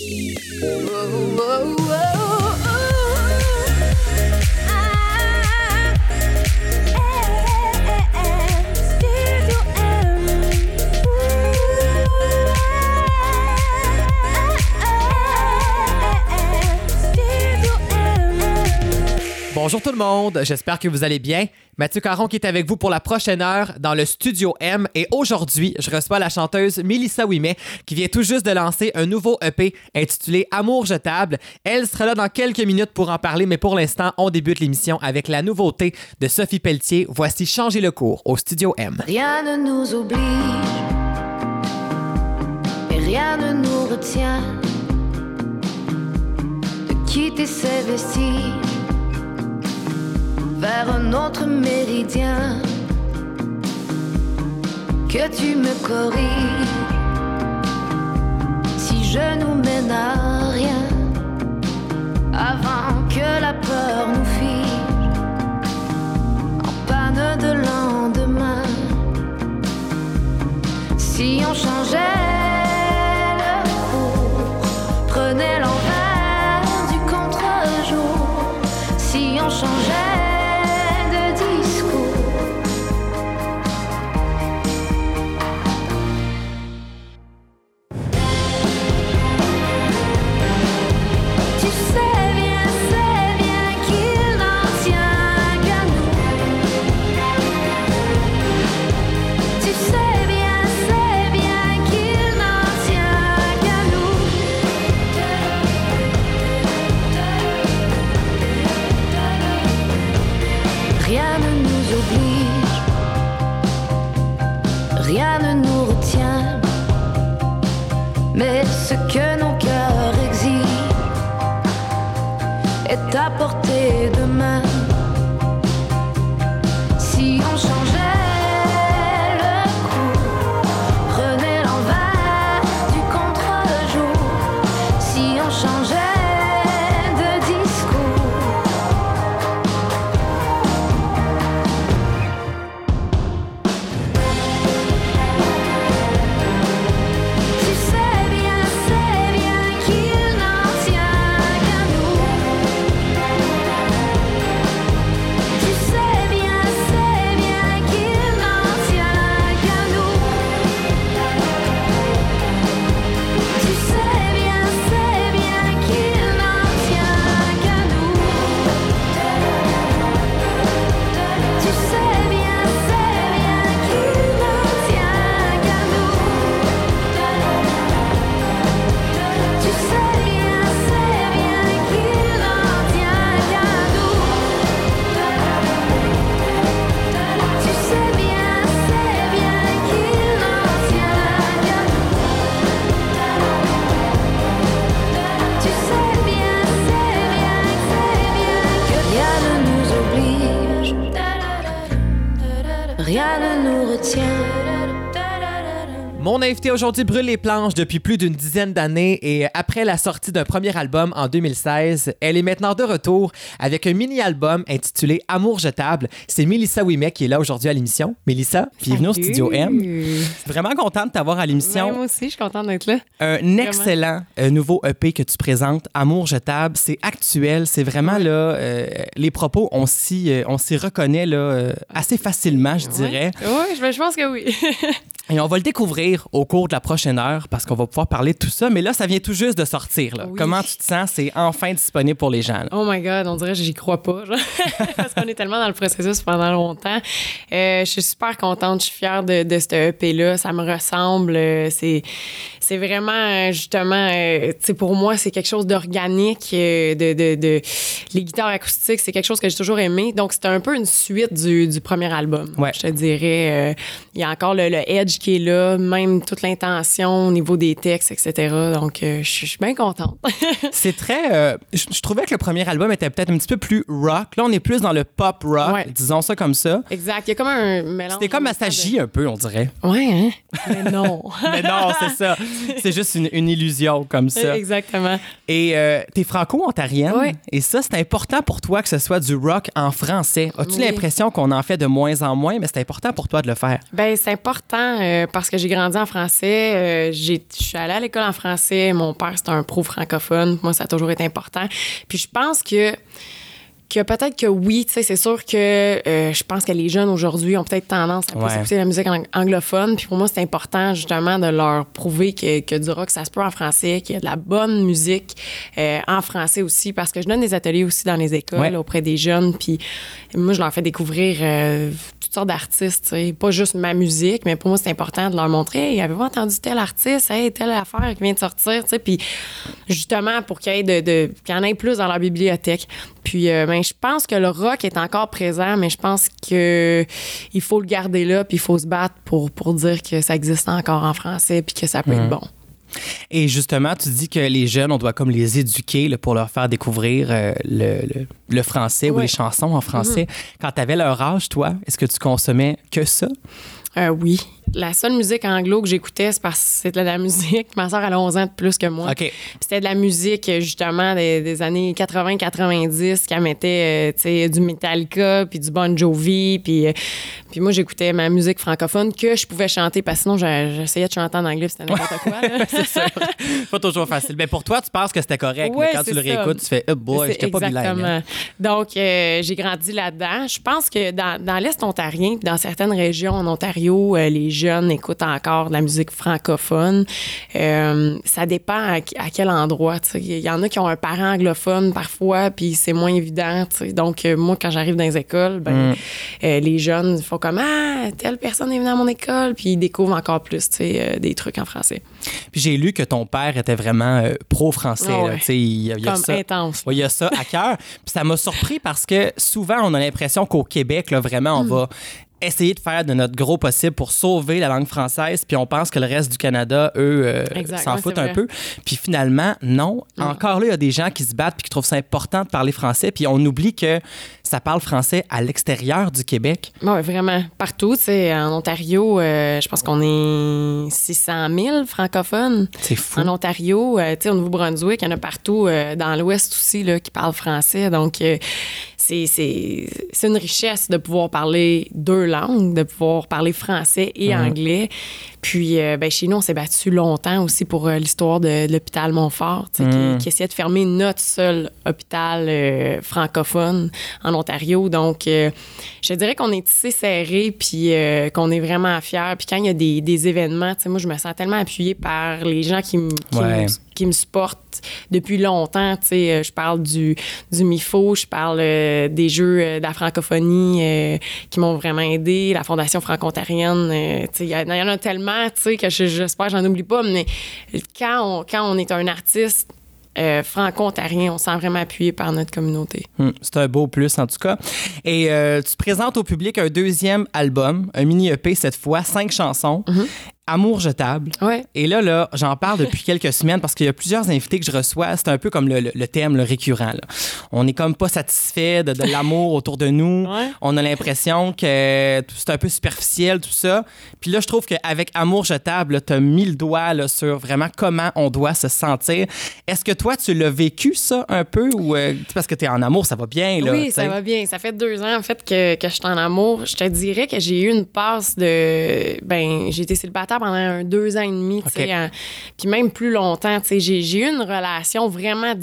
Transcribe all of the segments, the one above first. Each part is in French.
Bonjour tout le monde, j'espère que vous allez bien. Mathieu Caron qui est avec vous pour la prochaine heure dans le Studio M. Et aujourd'hui, je reçois la chanteuse Mélissa Ouimet qui vient tout juste de lancer un nouveau EP intitulé Amour jetable. Elle sera là dans quelques minutes pour en parler, mais pour l'instant, on débute l'émission avec la nouveauté de Sophie Pelletier. Voici Changer le cours au Studio M. Rien ne nous oblige et rien ne nous retient de quitter ces vestiges vers un autre méridien. Que tu me corriges si je nous mène à rien avant que la peur nous fige en panne de lendemain. Si on changeait le cours, prenait l'envers du contre-jour. Si on changeait rien ne nous retient, mais ce que nos cœurs exigent est à portée de main. Si on changeait le cours, prenait l'envers du contre-jour. Si on changeait de discours. Rien ne nous retient. Mon invité aujourd'hui brûle les planches depuis plus d'une dizaine d'années et après la sortie d'un premier album en 2016, elle est maintenant de retour avec un mini-album intitulé Amour jetable. C'est Mélissa Ouimet qui est là aujourd'hui à l'émission. Mélissa, bienvenue au Studio M. Vraiment contente de t'avoir à l'émission. Ouais, moi aussi, je suis contente d'être là. Un excellent nouveau EP que tu présentes, Amour jetable. C'est actuel, c'est vraiment là, les propos, on s'y reconnaît là, assez facilement, je dirais. Oui, je pense que oui. Et on va le découvrir au cours de la prochaine heure parce qu'on va pouvoir parler de tout ça. Mais là, ça vient tout juste de sortir. Là. Oui. Comment tu te sens? C'est enfin disponible pour les gens. Là. Oh my God, on dirait que j'y crois pas. Genre. Parce qu'on est tellement dans le processus pendant longtemps. Je suis super contente. Je suis fière de ce EP-là. Ça me ressemble. C'est vraiment, justement, pour moi, c'est quelque chose d'organique. Les guitares acoustiques, c'est quelque chose que j'ai toujours aimé. Donc, c'était un peu une suite du premier album. Ouais. Je te dirais. Il y a encore le edge qui est là, même toute l'intention au niveau des textes, etc. Donc, je suis bien contente. C'est très... je trouvais que le premier album était peut-être un petit peu plus rock. Là, on est plus dans le pop rock, disons ça comme ça. Exact. Il y a comme un mélange... C'était comme Asagie un peu, on dirait. Ouais, hein? Mais non. Mais non, c'est ça. C'est juste une illusion comme ça. Exactement. Et t'es franco-ontarienne. Oui. Et ça, c'est important pour toi que ce soit du rock en français. As-tu l'impression qu'on en fait de moins en moins, mais c'est important pour toi de le faire? Bien, c'est important parce que j'ai grandi grandi en français. Je suis allée à l'école en français. Mon père, c'était un pro francophone. Moi, ça a toujours été important. Puis je pense que peut-être que oui, tu sais, c'est sûr que je pense que les jeunes aujourd'hui ont peut-être tendance à plus écouter la musique anglophone. Puis pour moi, c'est important justement de leur prouver que du rock, ça se peut en français, qu'il y a de la bonne musique en français aussi. Parce que je donne des ateliers aussi dans les écoles auprès des jeunes. Puis moi, je leur fais découvrir toutes sortes d'artistes, tu sais. Pas juste ma musique, mais pour moi, c'est important de leur montrer, hey, avez-vous entendu tel artiste, hey, telle affaire qui vient de sortir, tu sais. Puis justement, pour qu'il y ait qu'il y en ait plus dans leur bibliothèque. Puis, je pense que le rock est encore présent, mais je pense qu'il faut le garder là, puis il faut se battre pour dire que ça existe encore en français, puis que ça peut être bon. Et justement, tu dis que les jeunes, on doit comme les éduquer là, pour leur faire découvrir le français ou les chansons en français. Quand tu avais leur âge, toi, est-ce que tu consommais que ça? Oui. La seule musique anglo que j'écoutais, c'est parce que c'était de la musique. Ma soeur, elle a 11 ans de plus que moi. Okay. C'était de la musique, justement, des années 80-90, qu'elle mettait, tu sais, du Metallica, puis du Bon Jovi, puis moi, j'écoutais ma musique francophone que je pouvais chanter, parce que sinon, j'essayais de chanter en anglais, puis c'était n'importe quoi. Là. C'est sûr. Pas toujours facile. Mais pour toi, tu penses que c'était correct. Ouais, mais quand tu le réécoutes, tu fais « Oh boy, j'étais pas bilingue. » Exactement. Donc, j'ai grandi là-dedans. Je pense que dans l'Est ontarien, puis dans certaines régions en Ontario, les jeunes écoutent encore de la musique francophone. Ça dépend à quel endroit. Il y en a qui ont un parent anglophone parfois, puis c'est moins évident. T'sais. Donc, moi, quand j'arrive dans les écoles, les jeunes font comme « Ah, telle personne est venue à mon école », puis ils découvrent encore plus des trucs en français. Puis j'ai lu que ton père était vraiment pro-français. Oh, là. Il y a comme ça, intense. Il y a ça à cœur. Puis ça m'a surpris parce que souvent, on a l'impression qu'au Québec, là, vraiment, on va essayer de faire de notre gros possible pour sauver la langue française, puis on pense que le reste du Canada, eux, s'en foutent un peu. Puis finalement, non. Encore là, il y a des gens qui se battent puis qui trouvent ça important de parler français, puis on oublie que ça parle français à l'extérieur du Québec. Oui, vraiment. Partout. En Ontario, je pense qu'on est 600 000 francophones. C'est fou. En Ontario, au Nouveau-Brunswick, il y en a partout, dans l'Ouest aussi, là, qui parlent français. Donc, c'est une richesse de pouvoir parler deux langues, de pouvoir parler français et anglais. Puis, chez nous, on s'est battu longtemps aussi pour l'histoire de l'hôpital Montfort, qui essayait de fermer notre seul hôpital francophone en Ontario. Donc, je dirais qu'on est tissé serré, puis qu'on est vraiment fiers. Puis quand il y a des événements, moi, je me sens tellement appuyée par les gens qui me supportent depuis longtemps. Je parle du MIFO, je parle des Jeux de la francophonie qui m'ont vraiment aidé, la Fondation franco-ontarienne. Il y en a tellement que j'espère que j'en oublie pas, mais quand on est un artiste franco-ontarien, on se sent vraiment appuyé par notre communauté. C'est un beau plus, en tout cas. Et tu présentes au public un deuxième album, un mini-EP cette fois, 5 chansons. Amour jetable. Ouais. Et là, j'en parle depuis quelques semaines parce qu'il y a plusieurs invités que je reçois. C'est un peu comme le thème, le récurrent. Là. On n'est comme pas satisfait de l'amour autour de nous. Ouais. On a l'impression que c'est un peu superficiel, tout ça. Puis là, je trouve qu'avec Amour jetable, tu as mis le doigt là, sur vraiment comment on doit se sentir. Est-ce que toi, tu l'as vécu, ça, un peu? Ou parce que tu es en amour, ça va bien? Là, oui, ça va bien. Ça fait 2 ans, en fait, que je suis en amour. Je te dirais que j'ai eu une passe de... j'ai été célibataire pendant 2 ans et demi, puis même plus longtemps. J'ai eu une relation vraiment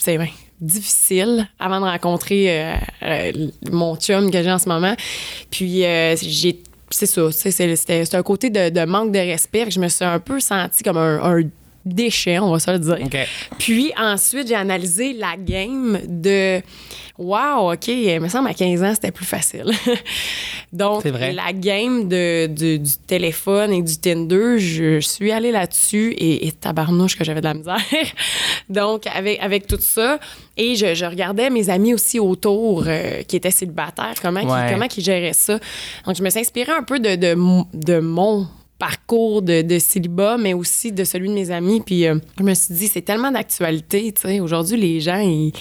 difficile avant de rencontrer mon chum que j'ai en ce moment. Puis c'est ça, c'était un côté de manque de respect. Je me suis un peu sentie comme un déchet, on va se le dire. Okay. Puis ensuite, j'ai analysé la game de wow, OK, il me semble à 15 ans, c'était plus facile. Donc, la game du téléphone et du Tinder, je suis allée là-dessus et tabarnouche que j'avais de la misère. Donc, avec tout ça, et je regardais mes amis aussi autour qui étaient célibataires, comment ils géraient ça. Donc, je me suis inspirée un peu de mon parcours de célibat, mais aussi de celui de mes amis. Puis je me suis dit, c'est tellement d'actualité. Aujourd'hui, les gens,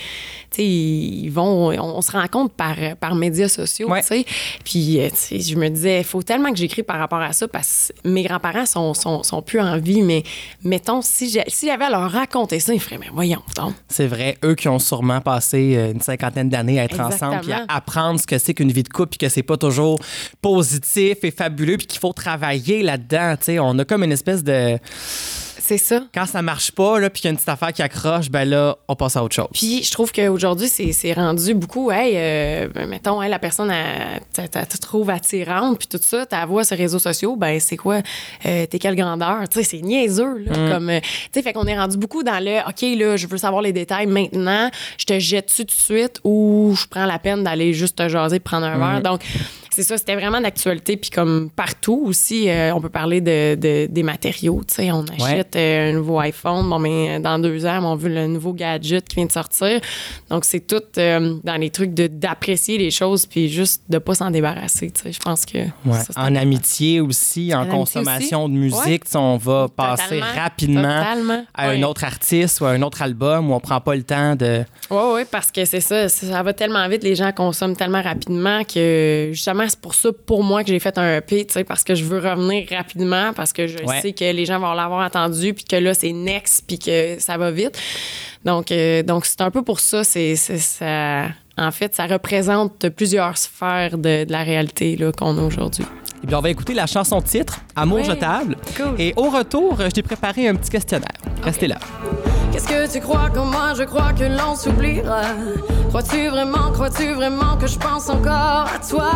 ils vont... On se rencontre par médias sociaux. Puis je me disais, il faut tellement que j'écris par rapport à ça parce que mes grands-parents sont plus en vie, mais mettons, si j'avais à leur raconter ça, ils feraient, mais voyons donc. C'est vrai, eux qui ont sûrement passé une 50aine d'années à être ensemble puis à apprendre ce que c'est qu'une vie de couple puis que c'est pas toujours positif et fabuleux puis qu'il faut travailler là-dedans là-dedans. Tu sais, on a comme une espèce de... C'est ça. Quand ça marche pas, là, puis qu'il y a une petite affaire qui accroche, ben là, on passe à autre chose. Puis je trouve qu'aujourd'hui, c'est rendu beaucoup, mettons, la personne, tu te trouves attirante, puis tout ça, ta voix sur les réseaux sociaux, ben c'est quoi? T'es quelle grandeur? Tu sais, c'est niaiseux, là. Comme, tu sais, fait qu'on est rendu beaucoup dans le, OK, là, je veux savoir les détails maintenant, je te jette dessus tout de suite ou je prends la peine d'aller juste te jaser, prendre un verre. Donc, c'est ça, c'était vraiment d'actualité. Puis comme partout aussi, on peut parler des matériaux. Tu sais, on achète un nouveau iPhone. Bon, mais dans 2 ans, on veut le nouveau gadget qui vient de sortir. Donc, c'est tout dans les trucs d'apprécier les choses puis juste de pas s'en débarrasser. Tu sais, je pense que... Ça, en amitié aussi, en consommation de musique, tu sais, on va passer rapidement à un autre artiste ou à un autre album où on prend pas le temps de... Oui, parce que c'est ça. Ça va tellement vite, les gens consomment tellement rapidement que justement, c'est pour ça, pour moi, que j'ai fait un EP, tu sais, parce que je veux revenir rapidement, parce que je sais que les gens vont l'avoir entendu, puis que là, c'est next, puis que ça va vite. Donc c'est un peu pour ça. Ça, en fait, ça représente plusieurs sphères de la réalité là, qu'on a aujourd'hui. Et puis, on va écouter la chanson titre, Amour jetable. Cool. Et au retour, je t'ai préparé un petit questionnaire. Restez là. Qu'est-ce que tu crois comme moi? Je crois que l'on s'oubliera. Crois-tu vraiment que je pense encore à toi?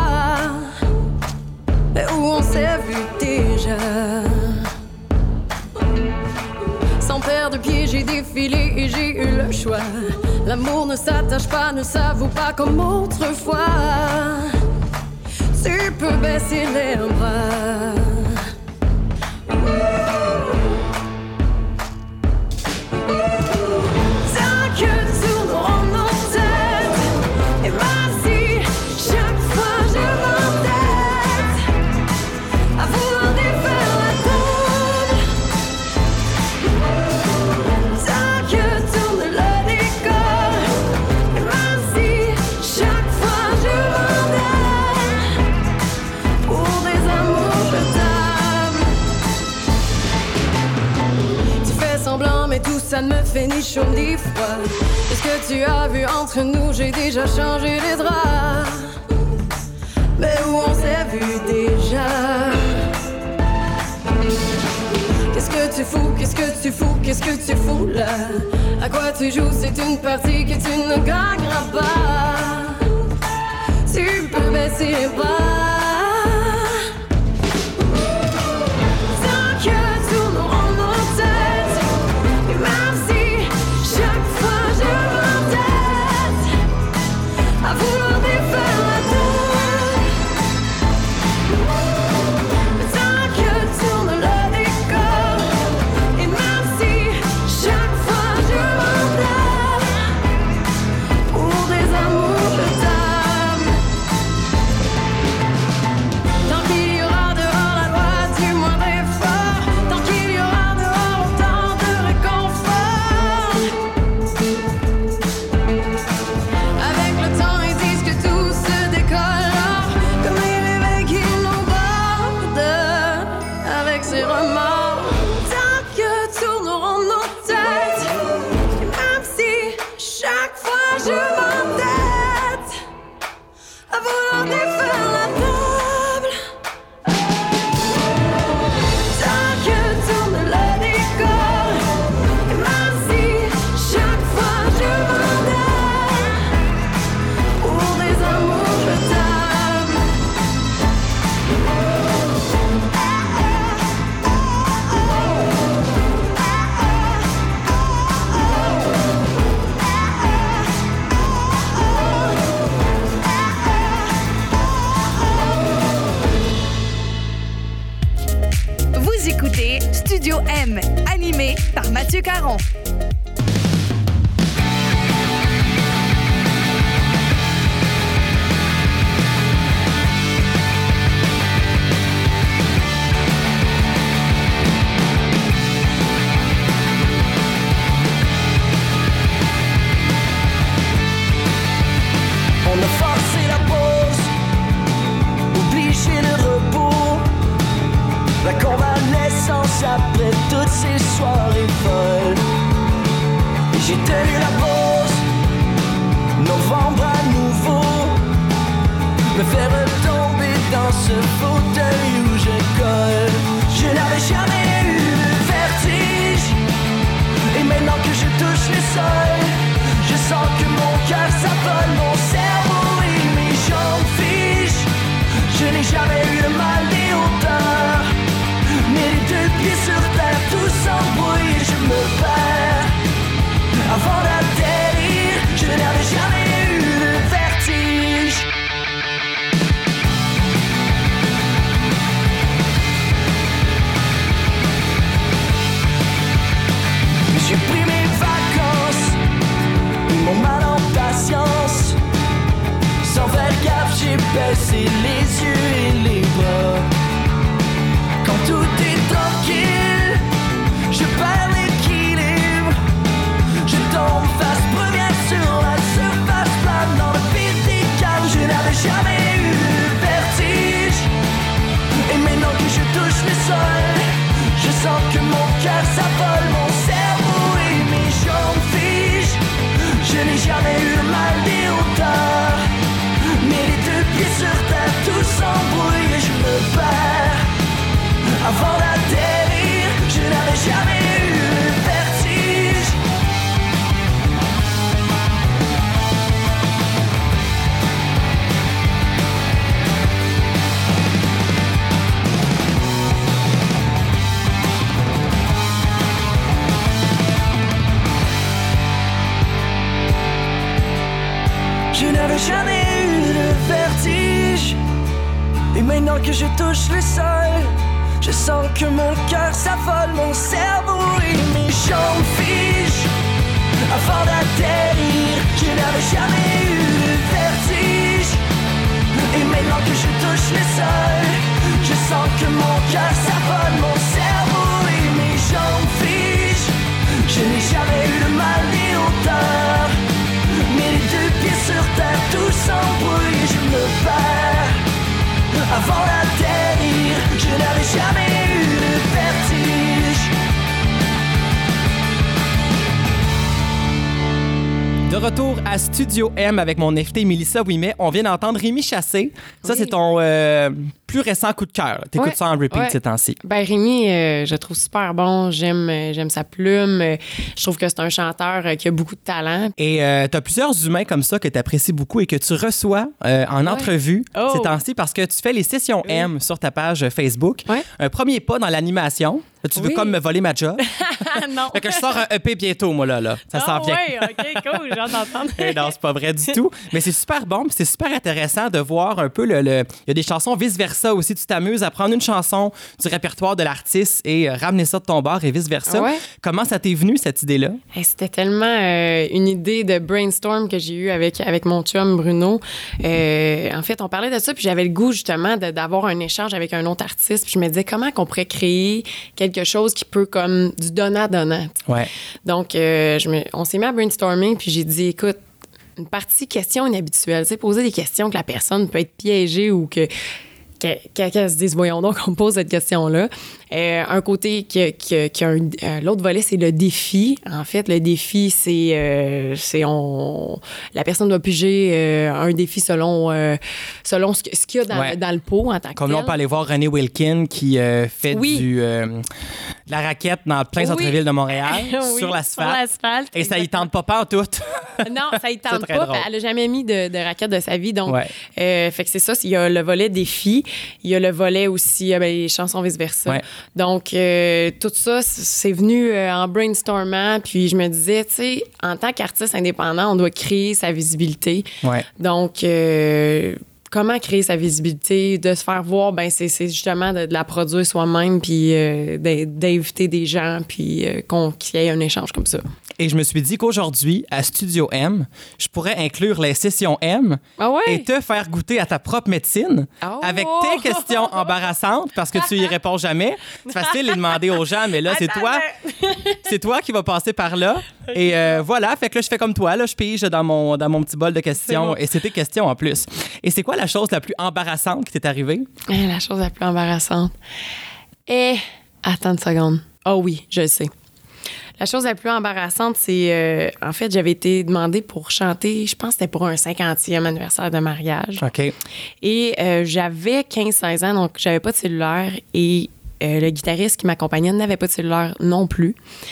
Mais où on s'est vu déjà? Sans perdre pied, j'ai défilé et j'ai eu le choix. L'amour ne s'attache pas, ne s'avoue pas comme autrefois. Tu peux baisser les bras. Ça ne me fait ni chaud ni froid. Qu'est-ce que tu as vu entre nous? J'ai déjà changé les draps. Mais où on s'est vu déjà? Qu'est-ce que tu fous? Qu'est-ce que tu fous? Qu'est-ce que tu fous là? À quoi tu joues? C'est une partie que tu ne gagneras pas. Tu peux baisser les bras. Studio M, animé par Mathieu Caron. On a forcé la pause, obligé le repos, la convalescence après toutes ces soirées folles. Et j'ai tenu la pause, novembre à nouveau, me faire retomber dans ce fauteuil où je colle. Je sol. Je sens que mon cœur s'affole, mon cerveau et mes jambes fichent. Je n'ai jamais eu de mal des hauteurs, mais les deux pieds sur terre, tout s'embrouille et je me perds. Avant d'atterrir, je n'avais jamais eu de vertige. J'ai pris mes vacances, mon mal en patience. Sans faire gaffe, j'ai baissé les yeux et les bras. Quand tout est tranquille, je perds l'équilibre. Je tombe face première sur la surface plane. Dans le vide des calmes, je n'avais jamais eu de vertige. Et maintenant que je touche le sol, je sens que mon cœur s'affole, mon cerveau et mes jambes figent. Je n'ai jamais eu de mal des hauteurs, mais les deux pieds sur terre, tout s'embrouille et je me perds. Avant d'atterrir, je n'avais jamais eu de vertige. Je n'avais jamais eu de vertige. Et maintenant que je touche le sol, je sens que mon cœur s'affole, mon cerveau et mes jambes figent. Avant d'atterrir, je n'avais jamais eu de vertige. Et maintenant que je touche le sol, je sens que mon cœur s'affole, mon cerveau et mes jambes figent. Je n'ai jamais eu de mal des hauteurs, mais les deux pieds sur terre, tout s'embrouille et je me perds. Avant d'atterrir, je n'avais jamais eu de vertige. De retour à Studio M avec mon invité Mélissa Ouimet. On vient d'entendre Rémi Chassé. Ça, Oui. c'est ton plus récent coup de cœur. T'écoutes Ouais. ça en repeat Ouais. ces temps-ci. Ben Rémi, je le trouve super bon. J'aime sa plume. Je trouve que c'est un chanteur qui a beaucoup de talent. Et t'as plusieurs humains comme ça que t'apprécies beaucoup et que tu reçois en entrevue Oh. ces temps-ci parce que tu fais les sessions Oui. M sur ta page Facebook. Ouais. Un premier pas dans l'animation. Là, tu veux Oui. comme me voler ma job. Non. Fait que je sors un EP bientôt, moi, là. Ça s'en vient. Oui, OK, cool. J'ai hâte d'entendre. Non, c'est pas vrai du tout. Mais c'est super bon, puis c'est super intéressant de voir un peu il y a des chansons vice-versa aussi. Tu t'amuses à prendre une chanson du répertoire de l'artiste et ramener ça de ton bord et vice-versa. Ouais. Comment ça t'est venu, cette idée-là? Hey, c'était tellement une idée de brainstorm que j'ai eue avec mon chum Bruno. En fait, on parlait de ça, puis j'avais le goût justement d'avoir un échange avec un autre artiste. Puis je me disais comment qu'on pourrait créer quelque chose qui peut comme du donnant-donnant. Ouais. Donc, on s'est mis à brainstorming, puis j'ai dit, écoute, une partie questions inhabituelles, tu sais, poser des questions que la personne peut être piégée ou qu'elle se dise, voyons donc, on me pose cette question-là. Un côté qui a l'autre volet, c'est le défi. En fait, le défi, la personne doit piger un défi selon ce qu'il y a Ouais. dans le pot en tant que Comme là, on tel. peut aller voir René Wilkin qui fait Oui. de la raquette dans plein Oui. centre-ville de Montréal, Oui, sur l'asphalte. Sur l'asphalte. Et ça y exactement. tente pas pantoute. Non, ça y C'est tente très pas. drôle. Elle a jamais mis de raquette de sa vie. Donc, Ouais. fait que c'est ça. Il y a le volet défi. Il y a le volet aussi, les chansons vice-versa. Ouais. Donc, tout ça, c'est venu en brainstormant. Puis, je me disais, tu sais, en tant qu'artiste indépendant, on doit créer sa visibilité. Ouais. Donc, comment créer sa visibilité, de se faire voir, ben c'est justement de la produire soi-même, puis d'inviter des gens, puis qu'il y ait un échange comme ça. Et je me suis dit qu'aujourd'hui, à Studio M, je pourrais inclure les sessions M Ah ouais? et te faire goûter à ta propre médecine Oh! avec tes questions embarrassantes parce que tu y réponds jamais. C'est facile de les demander aux gens, mais là, c'est toi qui vas passer par là. Et voilà, fait que là, je fais comme toi, là, je pige dans mon petit bol de questions. C'est bon. Et c'est tes questions en plus. Et c'est quoi la chose la plus embarrassante qui t'est arrivée? La chose la plus embarrassante. Attends une seconde. Oh oui, je le sais. La chose la plus embarrassante, c'est... en fait, j'avais été demandée pour chanter, je pense que c'était pour un 50e anniversaire de mariage. OK. Et j'avais 15-16 ans, donc j'avais pas de cellulaire. Et le guitariste qui m'accompagnait n'avait pas de cellulaire non plus.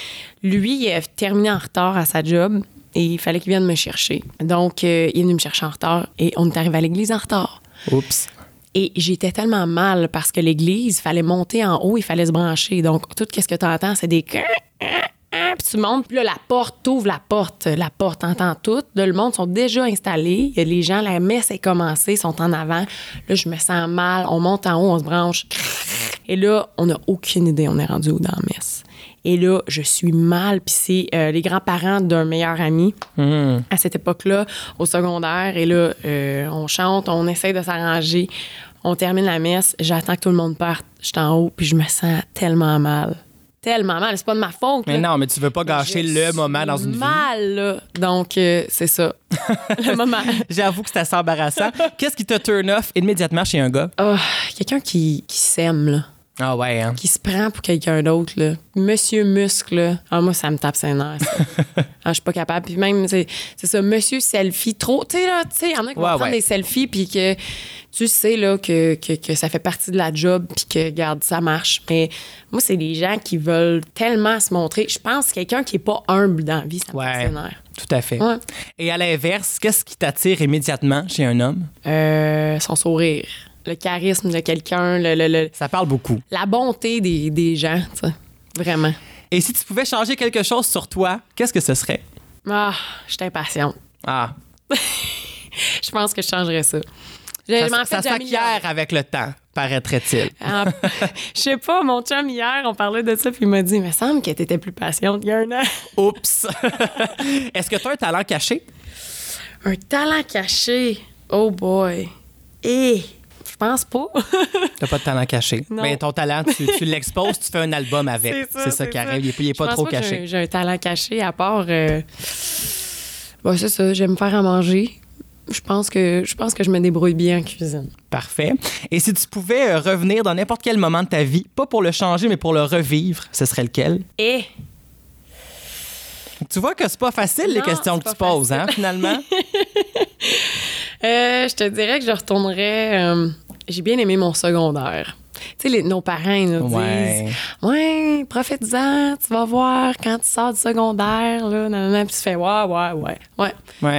Lui, il a terminé en retard à sa job et il fallait qu'il vienne me chercher. Donc, il est venu me chercher en retard et on est arrivé à l'église en retard. Oups. Et j'étais tellement mal parce que l'église, il fallait monter en haut, il fallait se brancher. Donc, tout ce que tu entends, c'est des... Puis tu montes, puis là, la porte, t'ouvres la porte, t'entends tout. Là, le monde sont déjà installés. Il y a les gens, la messe est commencée, sont en avant. Là, je me sens mal. On monte en haut, on se branche. Et là, on n'a aucune idée, on est rendu où dans la messe. Et là, je suis mal. Puis c'est les grands-parents d'un meilleur ami à cette époque-là, au secondaire. Et là, on chante, on essaie de s'arranger. On termine la messe. J'attends que tout le monde parte. Je suis en haut, puis je me sens tellement mal. Tellement mal. C'est pas de ma faute. Mais non, mais tu veux pas gâcher le moment dans une vie. Mal, là. Donc, c'est ça. Le moment. J'avoue que c'est assez embarrassant. Qu'est-ce qui te turn off immédiatement chez un gars? Oh, quelqu'un qui s'aime, là. Ah ouais, hein? Qui se prend pour quelqu'un d'autre, là. Monsieur Muscle, là. Ah, moi, ça me tape ses nerfs, ça. Je suis pas capable. Puis même, c'est ça, Monsieur Selfie. Trop, tu sais, là, il y en a qui vont prendre des selfies, puis que tu sais, là, que ça fait partie de la job, puis que, regarde, ça marche. Mais moi, c'est des gens qui veulent tellement se montrer. Je pense que quelqu'un qui est pas humble dans la vie, ça me tape ses nerfs. Tout à fait. Ouais. Et à l'inverse, qu'est-ce qui t'attire immédiatement chez un homme? Son sourire. Le charisme de quelqu'un, Ça parle beaucoup. la bonté des gens, tu sais. Vraiment. Et si tu pouvais changer quelque chose sur toi, qu'est-ce que ce serait? Ah, je suis impatiente. Ah. Je pense que je changerais ça. Ça s'acquiert avec le temps, paraîtrait-il. Je sais pas, mon chum, hier, on parlait de ça, puis il m'a dit, il me semble que t'étais plus patiente il y a un an. Oups! Est-ce que tu as un talent caché? Un talent caché? Oh boy. Je pense pas. T'as pas de talent caché. Non. Mais ton talent, tu l'exposes, tu fais un album avec. C'est ça qui arrive. Il est pas trop caché. J'ai un talent caché, à part... c'est ça, j'aime faire à manger. Je pense que je me débrouille bien en cuisine. Parfait. Et si tu pouvais revenir dans n'importe quel moment de ta vie, pas pour le changer, mais pour le revivre, ce serait lequel? Tu vois que c'est pas facile, les questions que tu poses, hein, finalement? Je te dirais que je retournerais... j'ai bien aimé mon secondaire. Tu sais, nos parents, ils nous disent « Ouais, profite-en, tu vas voir quand tu sors du secondaire, là, nanana, puis tu fais « Ouais. »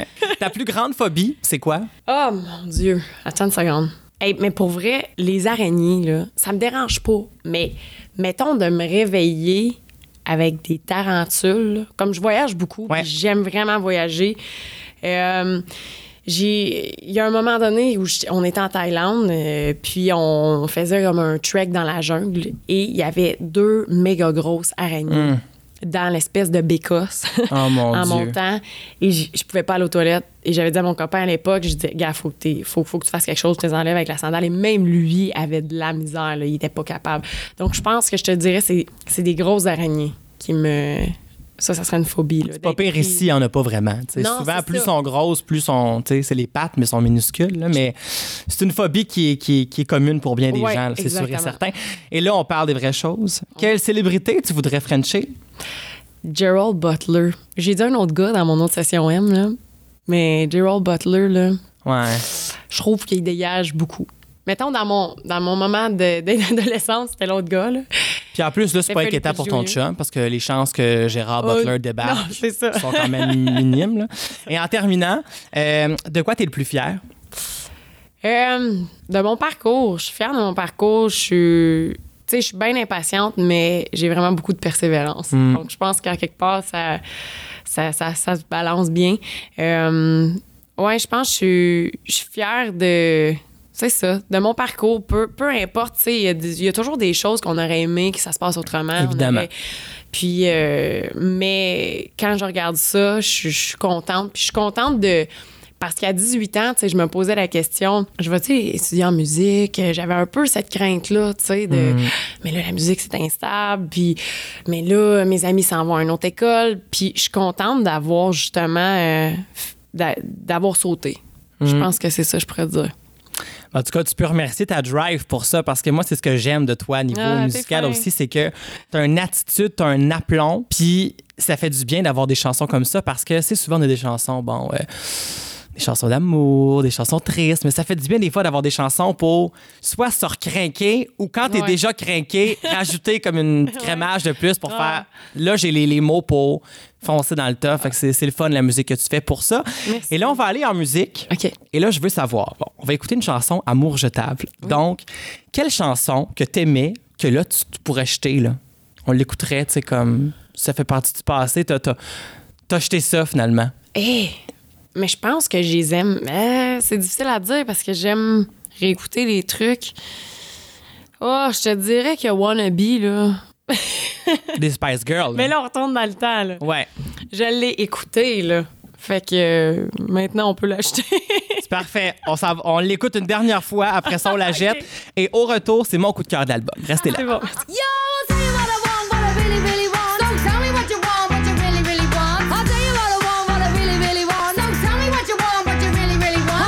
Ta plus grande phobie, c'est quoi? Oh, mon Dieu. Attends une seconde. Hey, mais pour vrai, les araignées, là, ça me dérange pas. Mais mettons de me réveiller avec des tarentules, là. Comme je voyage beaucoup, puis j'aime vraiment voyager. Il y a un moment donné où on était en Thaïlande, puis on faisait comme un trek dans la jungle et il y avait 2 méga grosses araignées dans l'espèce de bécosse en montant. Et je pouvais pas aller aux toilettes. Et j'avais dit à mon copain à l'époque, je disais, gars, faut que tu fasses quelque chose, tu les enlèves avec la sandale. Et même lui avait de la misère, là, il était pas capable. Donc je pense que je te dirais, c'est des grosses araignées qui me... Ça serait une phobie. Là, c'est pas pire ici, il n'y en a pas vraiment. Non, souvent, plus sont grosses, plus sont... C'est les pattes, mais sont minuscules. Là, mais c'est une phobie qui est commune pour bien des gens, là, c'est sûr et certain. Et là, on parle des vraies choses. Quelle célébrité tu voudrais frencher? Gerald Butler. J'ai dit un autre gars dans mon autre session M, là. Mais Gerald Butler, là, je trouve qu'il dégage beaucoup. Mettons, dans mon moment d'adolescence, c'était l'autre gars, là. Puis en plus, là, c'est pas inquiétant pour ton chum, parce que les chances que Gérard Butler débarque sont quand même minimes, là. Et en terminant, de quoi t'es le plus fier? De mon parcours. Je suis fière de mon parcours. Je suis bien impatiente, mais j'ai vraiment beaucoup de persévérance. Donc, je pense qu'à quelque part, ça se balance bien. Je pense que je suis fière de... C'est ça, de mon parcours, peu importe, tu sais, il y a toujours des choses qu'on aurait aimé que ça se passe autrement. Évidemment. Puis, mais quand je regarde ça, je suis contente. Puis je suis contente de... Parce qu'à 18 ans, tu sais, je me posais la question, je vais-tu étudier en musique? J'avais un peu cette crainte-là, tu sais, de... Mais là, la musique, c'est instable. Puis, mais là, mes amis s'en vont à une autre école. Puis je suis contente d'avoir, justement, d'avoir sauté. Je pense que c'est ça, je pourrais dire. En tout cas, tu peux remercier ta drive pour ça, parce que moi, c'est ce que j'aime de toi, niveau musical aussi, c'est que t'as une attitude, t'as un aplomb, puis ça fait du bien d'avoir des chansons comme ça, parce que c'est souvent des chansons, des chansons d'amour, des chansons tristes, mais ça fait du bien des fois d'avoir des chansons pour soit se recrinquer ou quand t'es déjà crinqué, rajouter comme une crémage de plus pour faire... Là, j'ai les mots pour foncer dans le tas. Fait que c'est le fun, la musique que tu fais pour ça. Merci. Et là, on va aller en musique. OK. Et là, je veux savoir, bon, on va écouter une chanson Amour jetable. Donc, quelle chanson que t'aimais, que là, tu pourrais jeter, là? On l'écouterait, tu sais, comme ça fait partie du passé. T'as jeté ça, finalement. Mais je pense que je les aime. C'est difficile à dire parce que j'aime réécouter les trucs. Oh, je te dirais que Wannabe, là. Des Spice Girls. Mais là, on retourne dans le temps, là. Ouais. Je l'ai écouté, là. Fait que maintenant, on peut l'acheter. C'est parfait. On l'écoute une dernière fois. Après ça, on la jette. OK. Et au retour, c'est mon coup de cœur d'album. Restez là. C'est bon. Yo, I'll tell you what I want, what I really, really want. So tell me what you want, what you really, really want. I'll tell you what I want, what I really, really want. So tell me what you want, what you really, really want.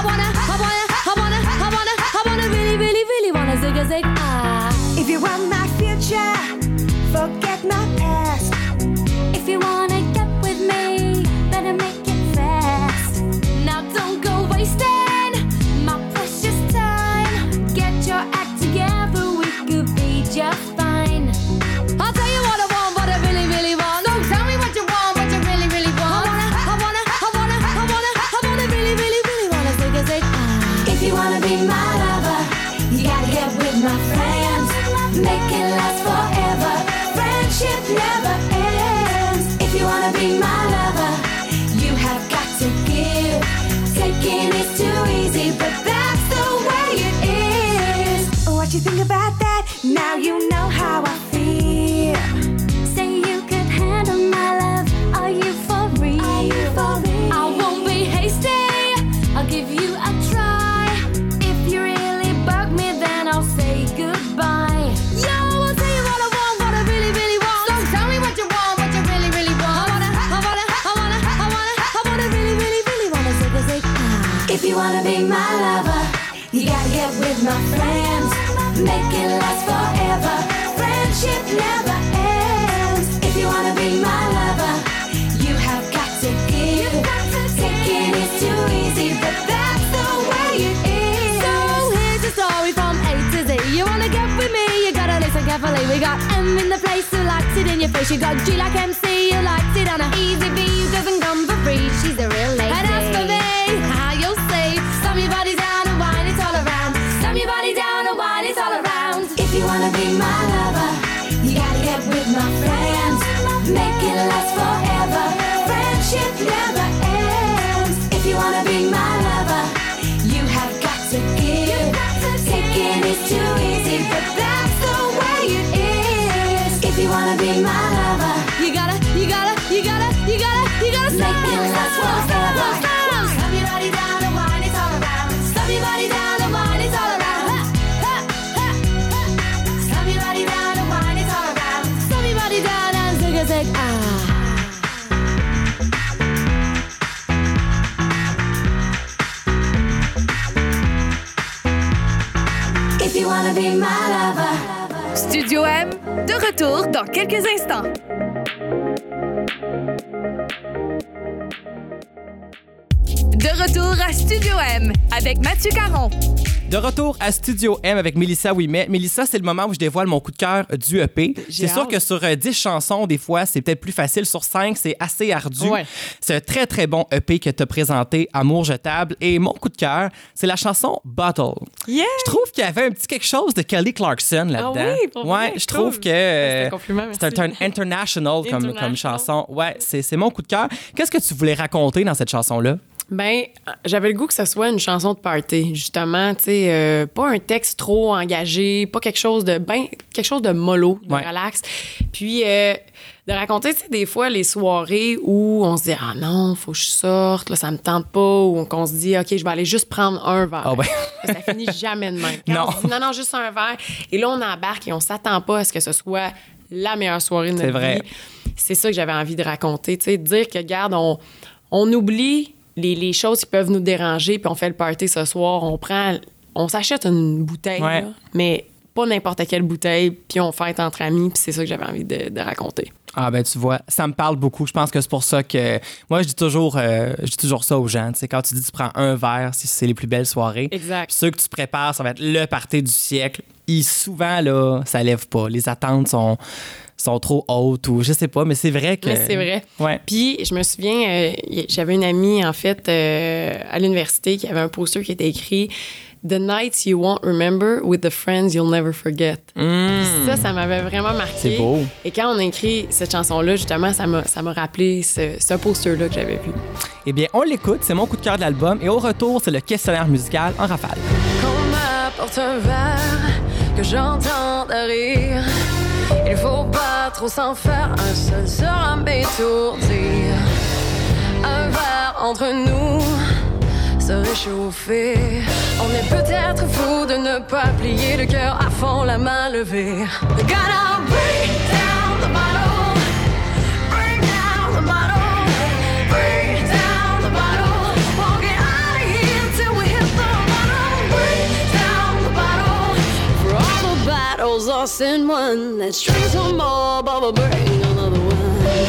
I wanna really, really, really wanna zig a zig. If you want my future, forget my past. If you wanna get with me, better make it fast. Now don't go wasting my precious time. Get your act together, we could be just fine. I'll tell you what I want, what I really, really want. So tell me what you want, what you really, really want. I wanna really, really, really wanna zig a zig. If you wanna be my lover, you gotta get with my friends. Make it last forever. Friendship never ends. If you wanna be my lover, you have got to give. Taking is too easy, but that's the way it is. What you think about that? Now you know how I feel. Say you could handle my love. Are you for real? I won't be hasty. I'll give you a try. If you really bug me, then I'll say goodbye. Yo, I'll tell you what I want, what I really, really want. So tell me what you want, what you really, really want. I wanna really, really, really wanna zig a zig. If you wanna be my lover, you gotta get with my friends. Make it last forever. Friendship never ends. If you wanna be my lover, you have got to give. Taking is too easy, but that's the way it is. So here's the story from A to Z. You wanna get with me, you gotta listen carefully. We got M in the place who likes it in your face. You got G like MC who likes it on a easy V who doesn't come for free. She's a real lady. And as for me, how you'll see, slam your body down and wine it all around. Slam your body down and wine it all around. If you wanna be my lover, you gotta get with my friends. Make it last forever. Friendship never ends. If you wanna be my lover, you have got to give. Taking is too easy, but that's the way it is. If you wanna be my lover, you gotta make it last forever. Slam your body down and wine it all around. Slam your body down and wine it all around. Slam your body down and wine it all around. Slam your body down and zig a zig. If you wanna be my lover. Studio M, de retour dans quelques instants. De retour à Studio M avec Mathieu Caron. De retour à Studio M avec Mélissa Ouimet. Mélissa, c'est le moment où je dévoile mon coup de cœur du EP. C'est sûr que sur 10 chansons, des fois, c'est peut-être plus facile. Sur 5, c'est assez ardu. Ouais. C'est un très, très bon EP que tu as présenté, Amour jetable. Et mon coup de cœur, c'est la chanson Bottle. Yeah! Je trouve qu'il y avait un petit quelque chose de Kelly Clarkson là-dedans. Ah oui, pour vrai, ouais, je cool. trouve que C'est un compliment, merci. c'est un international comme International. chanson. Ouais, c'est mon coup de cœur. Qu'est-ce que tu voulais raconter dans cette chanson-là? Ben, j'avais le goût que ce soit une chanson de party, justement, tu sais, pas un texte trop engagé, pas quelque chose de mollo, de Ouais. relax. Puis de raconter, tu sais, des fois les soirées où on se dit ah non, faut que je sorte, là ça me tente pas, ou qu'on se dit OK, je vais aller juste prendre un verre. Ah ben. Ça finit jamais de même. Quand Non. on se dit non, juste un verre, et là on embarque et on s'attend pas à ce que ce soit la meilleure soirée de C'est notre vrai. vie. C'est ça que j'avais envie de raconter, tu sais, de dire que regarde, on oublie les choses qui peuvent nous déranger, puis on fait le party ce soir, on s'achète une bouteille, Ouais. là, mais pas n'importe quelle bouteille, puis on fête entre amis, puis c'est ça que j'avais envie de raconter. Ah ben tu vois, ça me parle beaucoup. Je pense que c'est pour ça que moi je dis toujours ça aux gens. Tu sais, quand tu dis tu prends un verre, si c'est les plus belles soirées. Exact. Puis ceux que tu prépares, ça va être le party du siècle. Et souvent là, ça lève pas. Les attentes sont trop hautes ou je sais pas, mais c'est vrai que. Mais c'est vrai. Ouais. Puis, je me souviens, j'avais une amie, en fait, à l'université qui avait un poster qui était écrit The nights you won't remember with the friends you'll never forget. Ça m'avait vraiment marqué. C'est beau. Et quand on a écrit cette chanson-là, justement, ça m'a rappelé ce poster-là que j'avais vu. Eh bien, on l'écoute, c'est mon coup de cœur de l'album. Et au retour, c'est le questionnaire musical en rafale. Qu'on m'apporte un verre, que j'entende rire. Il faut pas trop s'en faire, un seul sera m'étourdir. Un verre entre nous, se réchauffer. On est peut-être fou de ne pas plier le cœur à fond, la main levée. Gotta break down the bottle, break down the bottle, break down the bottle. Won't get out of here till we hit the bottom. Break down the bottle for all the battles lost in one. Let's drink some more, bubble, bring another one.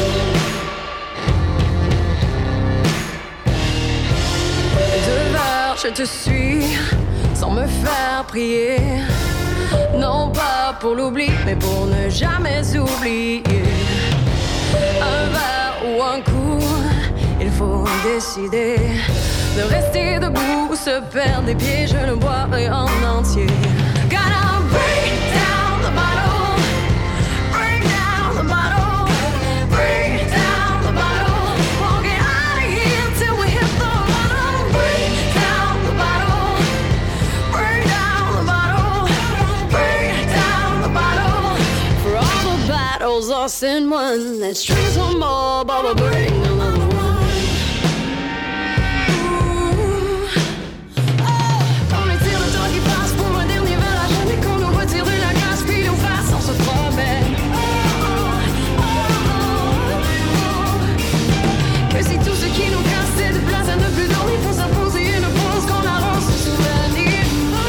Je te suis sans me faire prier. Non pas pour l'oubli, mais pour ne jamais oublier. Un verre ou un coup, il faut décider de rester debout ou se perdre des pieds. Je le boirai en entier. Gotta break down the bottle, break down the bottle, break down the bottle. Won't get out of here till we hit the bottom. Break down the bottle, break down the bottle, break down the bottle. For all the battles lost in one, let's drink some more, bubble, bring another one. On étire le temps qui passe pour un dernier verre à jamais qu'on nous retire de la glace puis nous fasse on se promène. Que si tout ce qui nous casse c'est de place à ne plus dormir, faut s'imposer une pause qu'on arrose ce souvenir.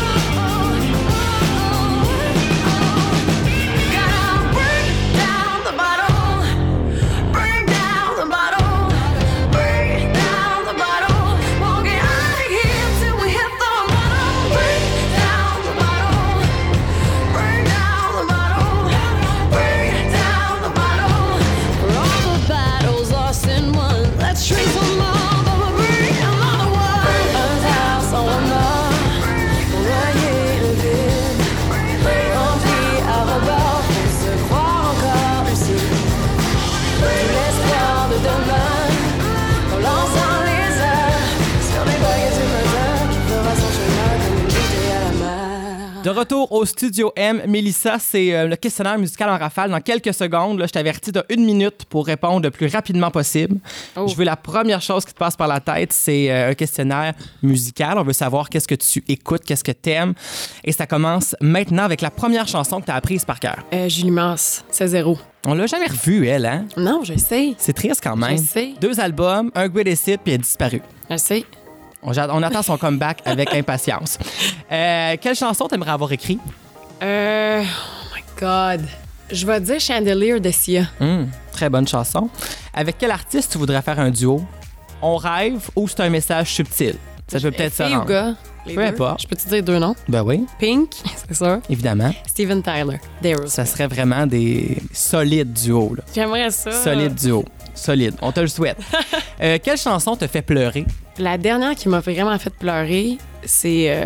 Gotta break down the bottle, break down the bottle, break down the bottle. Won't get out of here till we hit the bottom. Break down the bottle, break down the bottle, break down the bottle. For all the battles lost in one, let's drink some more, but we'll bring another one. Un verre sans remords, pour noyer le vide, rempli à rebord, pour se croire encore lucide. Tout l'espoir de demain, en lançant les airs sur les vagues du matin, qui fera son chemin comme une bouteille à la mer. De retour au Studio M, Mélissa, c'est le questionnaire musical en rafale. Dans quelques secondes, là, je t'avertis, tu as 1 minute pour répondre le plus rapidement possible. Oh. Je veux la première chose qui te passe par la tête, c'est un questionnaire musical. On veut savoir qu'est-ce que tu écoutes, qu'est-ce que tu aimes. Et ça commence maintenant avec la première chanson que tu as apprise par cœur. Julie Mars, c'est 0. On l'a jamais revue, elle, hein? Non, je sais. C'est triste quand même. Je sais. 2 albums, un greatest hit, puis elle a disparu. Je sais. On attend son comeback avec impatience. Quelle chanson t'aimerais avoir écrit? Oh my God. Je vais dire Chandelier de Sia. Très bonne chanson. Avec quel artiste tu voudrais faire un duo? On rêve ou c'est un message subtil? Ça peut peut-être se Fille ou rendre. gars? Les Peu deux. importe. Je peux te dire 2 noms? Ben oui, Pink, c'est sûr. évidemment. Steven Tyler, d'Aerosmith. Ça serait vraiment des solides duos. Là. J'aimerais ça. Solides duos. Solide. On te le souhaite. Quelle chanson te fait pleurer? La dernière qui m'a vraiment fait pleurer, c'est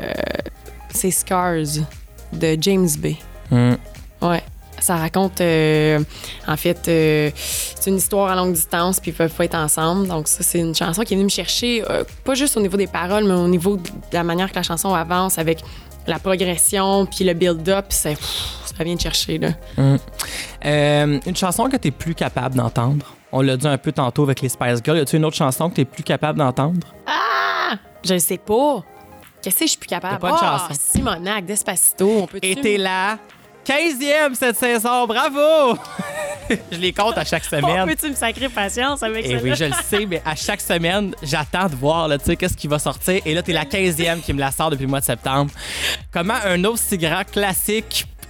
Scars de James Bay. Ouais. Ça raconte, en fait, c'est une histoire à longue distance, puis ils peuvent pas être ensemble. Donc ça, c'est une chanson qui est venue me chercher, pas juste au niveau des paroles, mais au niveau de la manière que la chanson avance, avec la progression, puis le build-up, ça vient de chercher, là. Une chanson que tu es plus capable d'entendre? On l'a dit un peu tantôt avec les Spice Girls. Y a-tu une autre chanson que tu es plus capable d'entendre? Ah! Je le sais pas. Qu'est-ce que je suis plus capable? T'as pas de chanson. Simonac, Despacito, on peut-tu... Et t'es là. 15e cette saison, bravo! Je les compte à chaque semaine. Peux-tu me sacrer patience avec Et ça? oui, je le sais, mais à chaque semaine, j'attends de voir là, qu'est-ce qui va sortir. Et là, t'es la 15e qui me la sort depuis le mois de septembre. Comment un aussi grand classique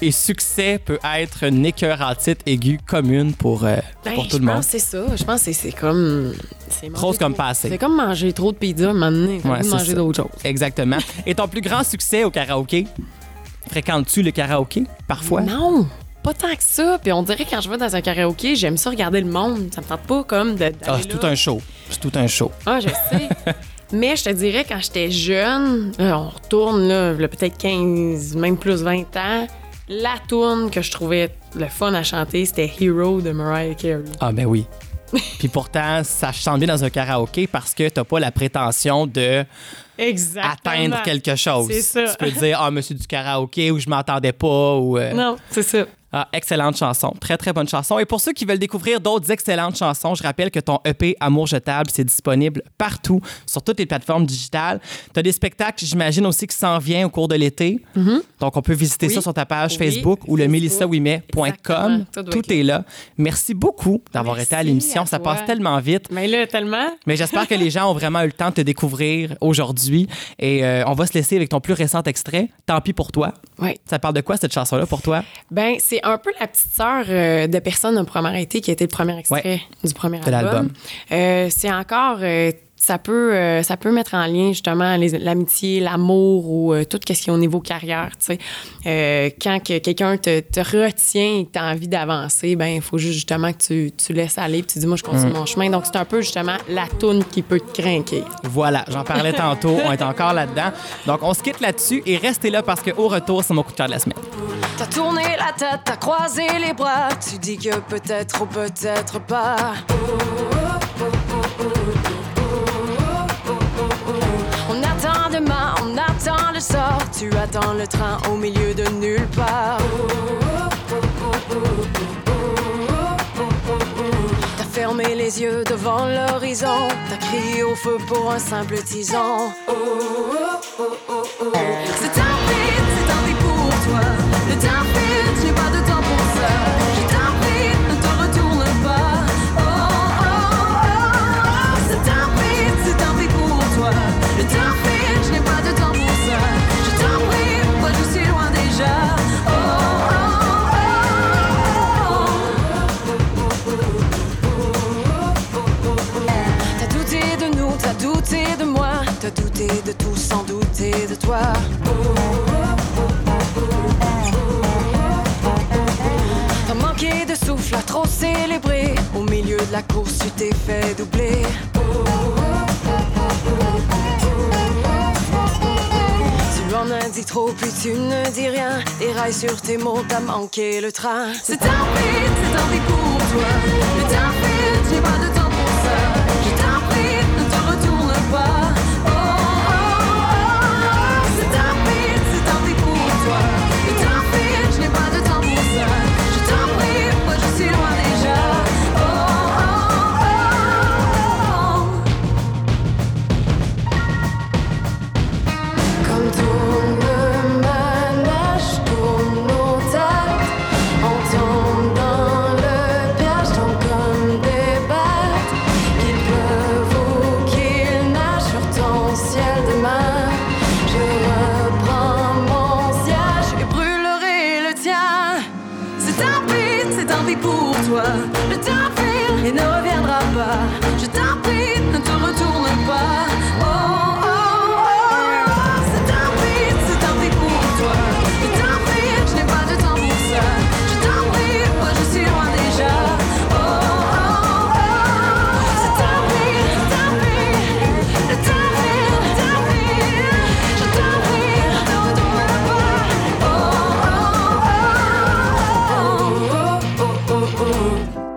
et succès peut être une écœurantite aiguë commune pour tout le monde. Je pense que c'est ça. Je pense que c'est comme... Trop comme pas assez. C'est comme manger trop de pizza, à un moment donné. Faut Ouais, c'est manger ça. d'autres choses. Exactement. Et ton plus grand succès au karaoké? Fréquentes-tu le karaoké parfois? Non, pas tant que ça. Puis on dirait que quand je vais dans un karaoké, j'aime ça regarder le monde. Ça me tente pas comme d'aller Ah, c'est là. tout un show. C'est tout un show. Ah, je sais. Mais je te dirais, quand j'étais jeune, on retourne là, peut-être 15, même plus 20 ans, la tourne que je trouvais le fun à chanter, c'était Hero de Mariah Carey. Ah, ben oui. Puis pourtant, ça chante bien dans un karaoké parce que t'as pas la prétention de Exactement. atteindre quelque chose. C'est ça. Tu peux dire, ah, monsieur du karaoké, ou je m'entendais pas, ou... Non, c'est ça. Ah, excellente chanson. Très, très bonne chanson. Et pour ceux qui veulent découvrir d'autres excellentes chansons, je rappelle que ton EP Amour jetable, c'est disponible partout, sur toutes les plateformes digitales. Tu as des spectacles, j'imagine aussi, qui s'en viennent au cours de l'été. Donc, on peut visiter Oui. ça sur ta page Oui, Facebook ou le Facebook. melissaouimet.com. Exactement. Tout doit Tout est là. Merci beaucoup d'avoir Merci été à l'émission. à Ça toi. passe tellement vite. Mais là, tellement. Mais j'espère que les gens ont vraiment eu le temps de te découvrir aujourd'hui. Et on va se laisser avec ton plus récent extrait, Tant pis pour toi. Oui. Ça parle de quoi, cette chanson-là, pour toi? Ben, c'est un peu la petite sœur de Personne n'a première été qui a été le premier extrait du premier de l'album. C'est encore... ça peut mettre en lien, justement, l'amitié, l'amour ou tout ce qui est au niveau carrière, tu sais. Quand quelqu'un te retient et que tu as envie d'avancer, ben il faut juste, justement, que tu laisses aller puis tu dis, moi, je continue mon chemin. Donc, c'est un peu, justement, la toune qui peut te craquer. Voilà, j'en parlais tantôt, on est encore là-dedans. Donc, on se quitte là-dessus et restez là parce qu'au retour, c'est mon coup de cœur de la semaine. T'as tourné la tête, t'as croisé les bras. Tu dis que peut-être ou peut-être pas. On attend demain, on attend le sort. Tu attends le train au milieu de nulle part. T'as fermé les yeux devant l'horizon. T'as crié au feu pour un simple tison. C'est tant pis pour toi. Le temps file, je n'ai pas de temps pour ça. Je t'en prie, ne te retourne pas. Oh, oh, oh. C'est tant pis pour toi. Le temps file, je n'ai pas de temps pour ça. Je t'en prie, moi je suis loin déjà. Oh, oh, oh. T'as douté de nous, t'as douté de moi. T'as douté de tout sans douter de toi. T'as manqué de souffle à trop célébrer. Au milieu de la course, tu t'es fait doubler. Tu en as dit trop, puis tu ne dis rien. Des rails sur tes mots, t'as manqué le train. C'est tant pis pour toi. Le temps file, j'ai pas de temps pour ça. Je t'en prie, ne te retourne pas. Oh, oh, oh. C'est tant pis pour toi. Le temps file, je n'ai pas de temps pour ça. Je t'en prie, moi je suis loin déjà. Oh, oh, oh. Comme tourne ma nage, tourne nos têtes. On tombe dans le piège, tombe comme des bêtes. Qu'il pleuve ou qu'il nage sur ton ciel demain. Je reprends mon siège et brûlerai le tien. C'est tant pis pour toi. Le temps file et ne reviendra pas. Je t'en prie, ne te retourne pas. Oh, oh, oh. C'est tant pis pour toi. Le temps file, je n'ai pas de temps pour ça. Je t'en prie, moi je suis loin déjà. Oh, oh, oh. C'est tant pis. Le temps file, je t'en prie, ne te retourne pas. Oh, oh, oh, oh, oh, oh.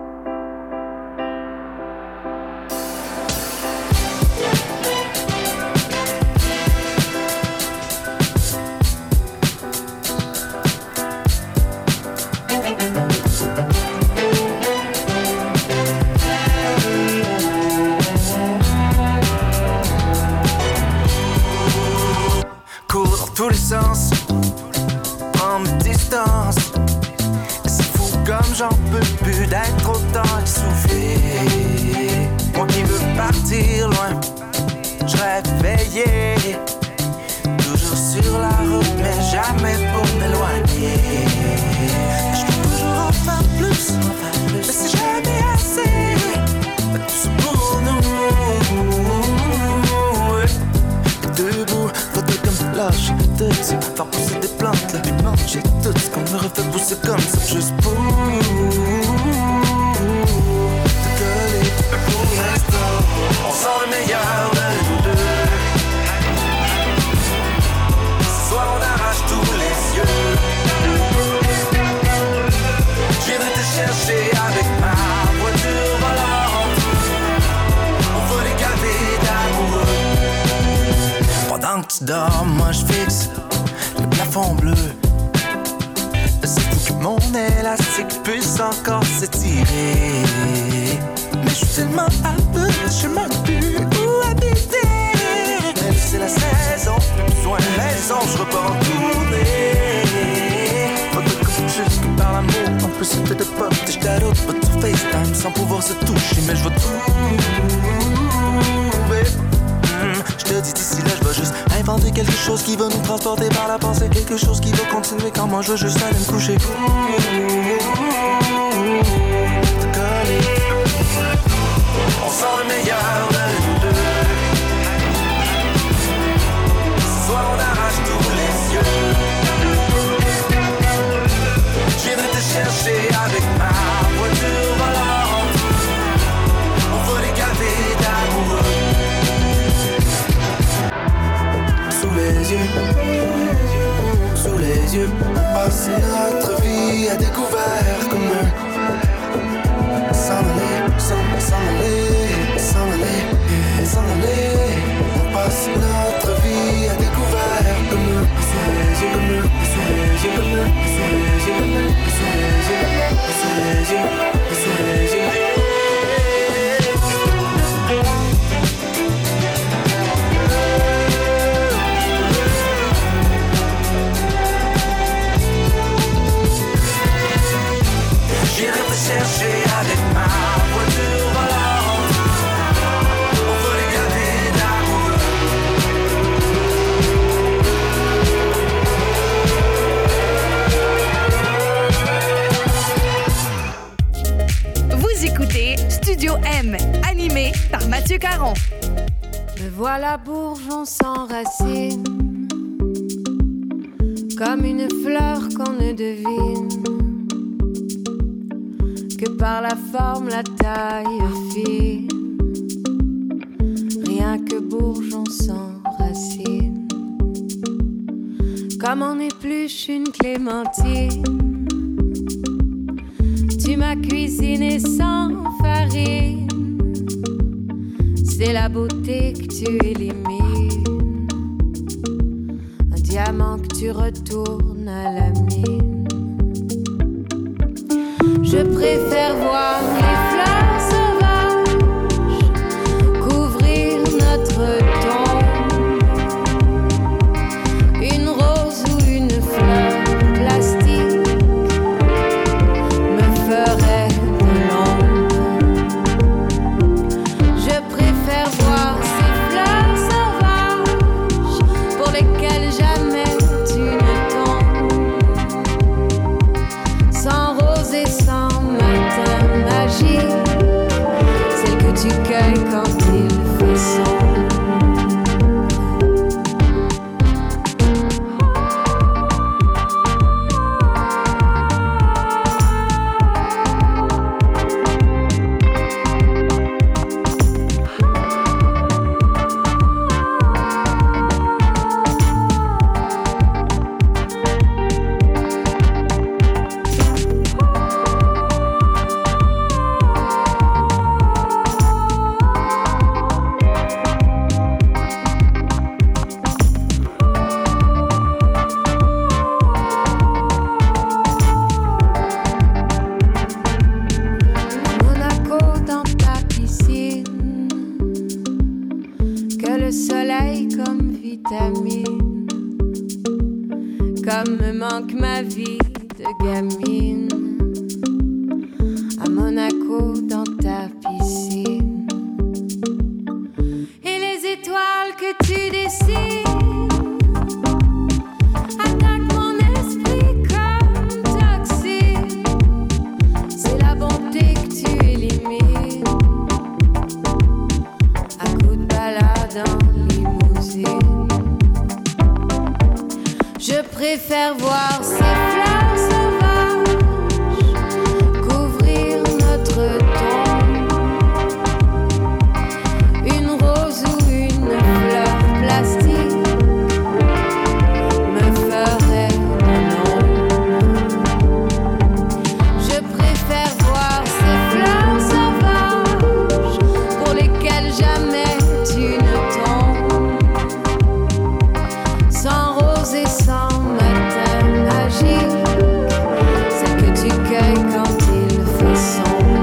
Cours dans tous les sens, prends mes distances. C'est fou comme j'en peux plus d'être autant essoufflé. Moi qui veux partir loin, je rêve veillé. Toujours sur la route, mais jamais pour m'éloigner. tu vas faire pousser des plantes là. J'ai tout ce qu'on me refait pousser comme ça. Juste pour te coller. Pour l'instant, on sent le meilleur de nous deux. Ce soir on arrache tous les yeux. Je viendrai te chercher avec ma voiture volante. On va les gaver d'amoureux. Pendant que tu dors, moi je fixe le plafond bleu. C'est fou que mon élastique puisse encore s'étirer. Mais je suis tellement à peu, je sais même plus où habiter. Même si c'est la saison, plus besoin de raison, je repars en tournée. Pas de coupe jusque par l'amour, en plus c'était de pop. J'étais à l'autre bout du FaceTime sans pouvoir se toucher. Mais je vais trouver. Je te dis d'ici là, je vais juste inventer quelque chose qui va nous transporter par la pensée. Quelque chose qui va continuer quand moi je veux juste aller me coucher. Te coller. On sent le meilleur de nous deux. Ce soir on arrache tous les yeux. Je viendrai te chercher avec ma voiture volante. On va les gaver d'amoureux. Sous les yeux, on passe notre vie à découvert comme s'en aller, s'en aller. On passe notre vie à découvert comme sous les yeux. J'irai te chercher avec ma voiture volante. On va les gaver d'amoureux. Vous écoutez Studio M, animé par Mathieu Caron. Me voilà bourgeon sans racines, comme une fleur qu'on ne devine que par la forme, la taille fine. Rien que bourgeon sans racines, comme on épluche une clémentine. Tu m'as cuisiné sans farine, c'est la beauté que tu élimines. Un diamant que tu retournes à la mine. Je préfère voir les fleurs sauvages couvrir notre tombe. Une rose ou une fleur plastique me ferait de l'ombre. Je préfère voir ces fleurs sauvages pour lesquelles jamais tu ne tombes. Sans rose et sans matin magique, celle que tu cueilles quand il fait sombre. Le soleil comme vitamine, comme me manque ma vie de gamine. À Monaco dans ta piscine, et les étoiles que tu dessines attaquent mon esprit comme toxine. C'est la bonté que tu élimines à coups de balade en limousine. préfère voir ces fleurs sauvages couvrir notre tombe. Une rose ou une fleur plastique me ferait mon ombre. Je préfère voir ces fleurs sauvages pour lesquelles jamais tu ne tombes. Sans rose et sans matin magique, celle que tu cueilles quand il fait sombre.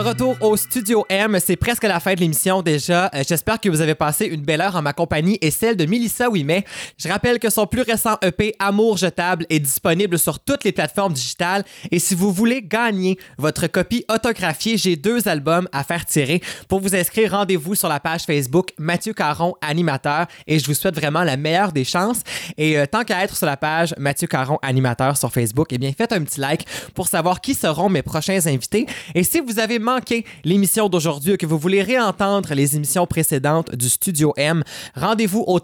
retour au Studio M. C'est presque la fin de l'émission déjà. J'espère que vous avez passé une belle heure en ma compagnie et celle de Mélissa Ouimet. Je rappelle que son plus récent EP Amour jetable est disponible sur toutes les plateformes digitales. Et si vous voulez gagner votre copie autographiée, j'ai 2 albums à faire tirer. Pour vous inscrire, rendez-vous sur la page Facebook Mathieu Caron, animateur. Et je vous souhaite vraiment la meilleure des chances. Et tant qu'à être sur la page Mathieu Caron, animateur sur Facebook, eh bien faites un petit like pour savoir qui seront mes prochains invités. Et si vous avez manqué l'émission d'aujourd'hui et que vous voulez réentendre les émissions précédentes du Studio M, rendez-vous au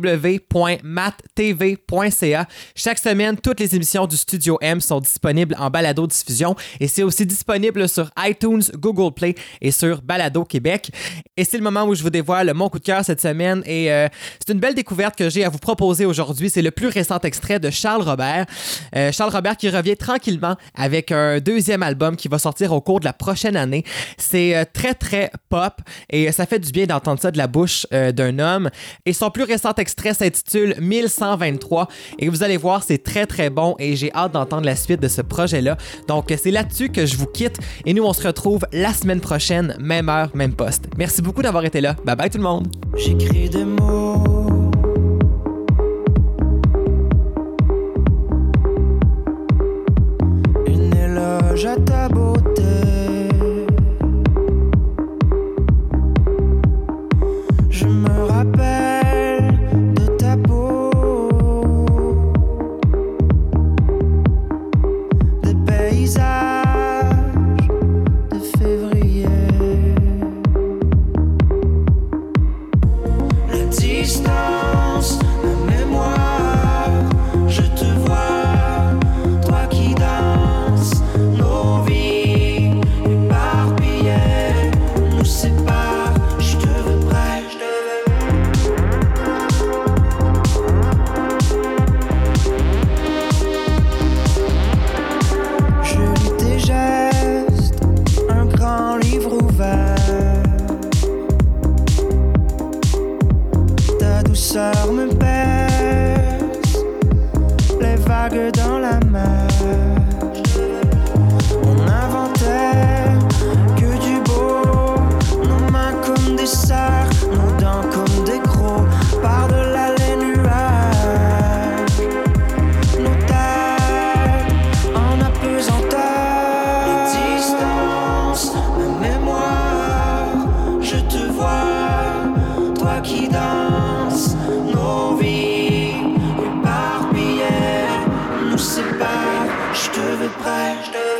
www.mattv.ca. Chaque semaine, toutes les émissions du Studio M sont disponibles en balado-diffusion et c'est aussi disponible sur iTunes, Google Play et sur Balado Québec. Et c'est le moment où je vous dévoile mon coup de cœur cette semaine et c'est une belle découverte que j'ai à vous proposer aujourd'hui. C'est le plus récent extrait de Charles Robert. Charles Robert qui revient tranquillement avec un 2e album qui va sortir au cours de la prochaine année. C'est très, très pop et ça fait du bien d'entendre ça de la bouche d'un homme. Et son plus récent extrait s'intitule 1123 et vous allez voir, c'est très, très bon et j'ai hâte d'entendre la suite de ce projet-là. Donc, c'est là-dessus que je vous quitte et nous, on se retrouve la semaine prochaine, même heure, même poste. Merci beaucoup d'avoir été là. Bye bye tout le monde. J'écris des mots, une éloge à ta beauté. Je me rappelle de ta peau, des paysages de février. La distance, la mémoire, je te vois, toi qui danses, nos vies éparpillées nous séparent. Je te veux près, je te veux. Je lis tes gestes, un grand livre ouvert. Ta douceur me berce, les vagues dans la mer. On inventait que du beau, nos mains comme des sœurs, nos dents comme des crocs, par-delà les nuages, nos têtes en apesanteur. La distance, la mémoire, je te vois, toi qui danses, nos vies éparpillées nous séparent. Je te veux près, je te veux.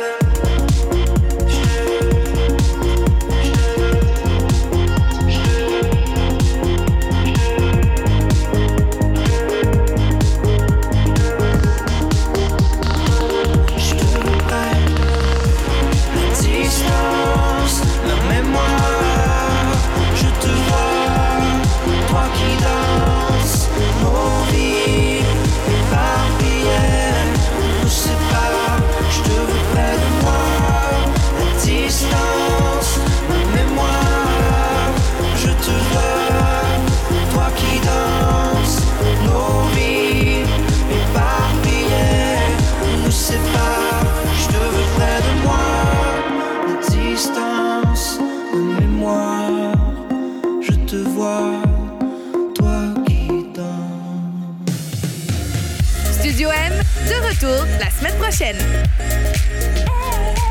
Je te veux près. La distance, la mémoire, je te vois, toi qui danses, nos vies éparpillées nous séparent. Je te veux près de moi. La distance, la mémoire, je te vois, toi qui danses, nos vies éparpillées nous séparent. Je te veux près de moi. La distance, la mémoire, je te vois, toi qui danses. Studio M, de retour la semaine prochaine.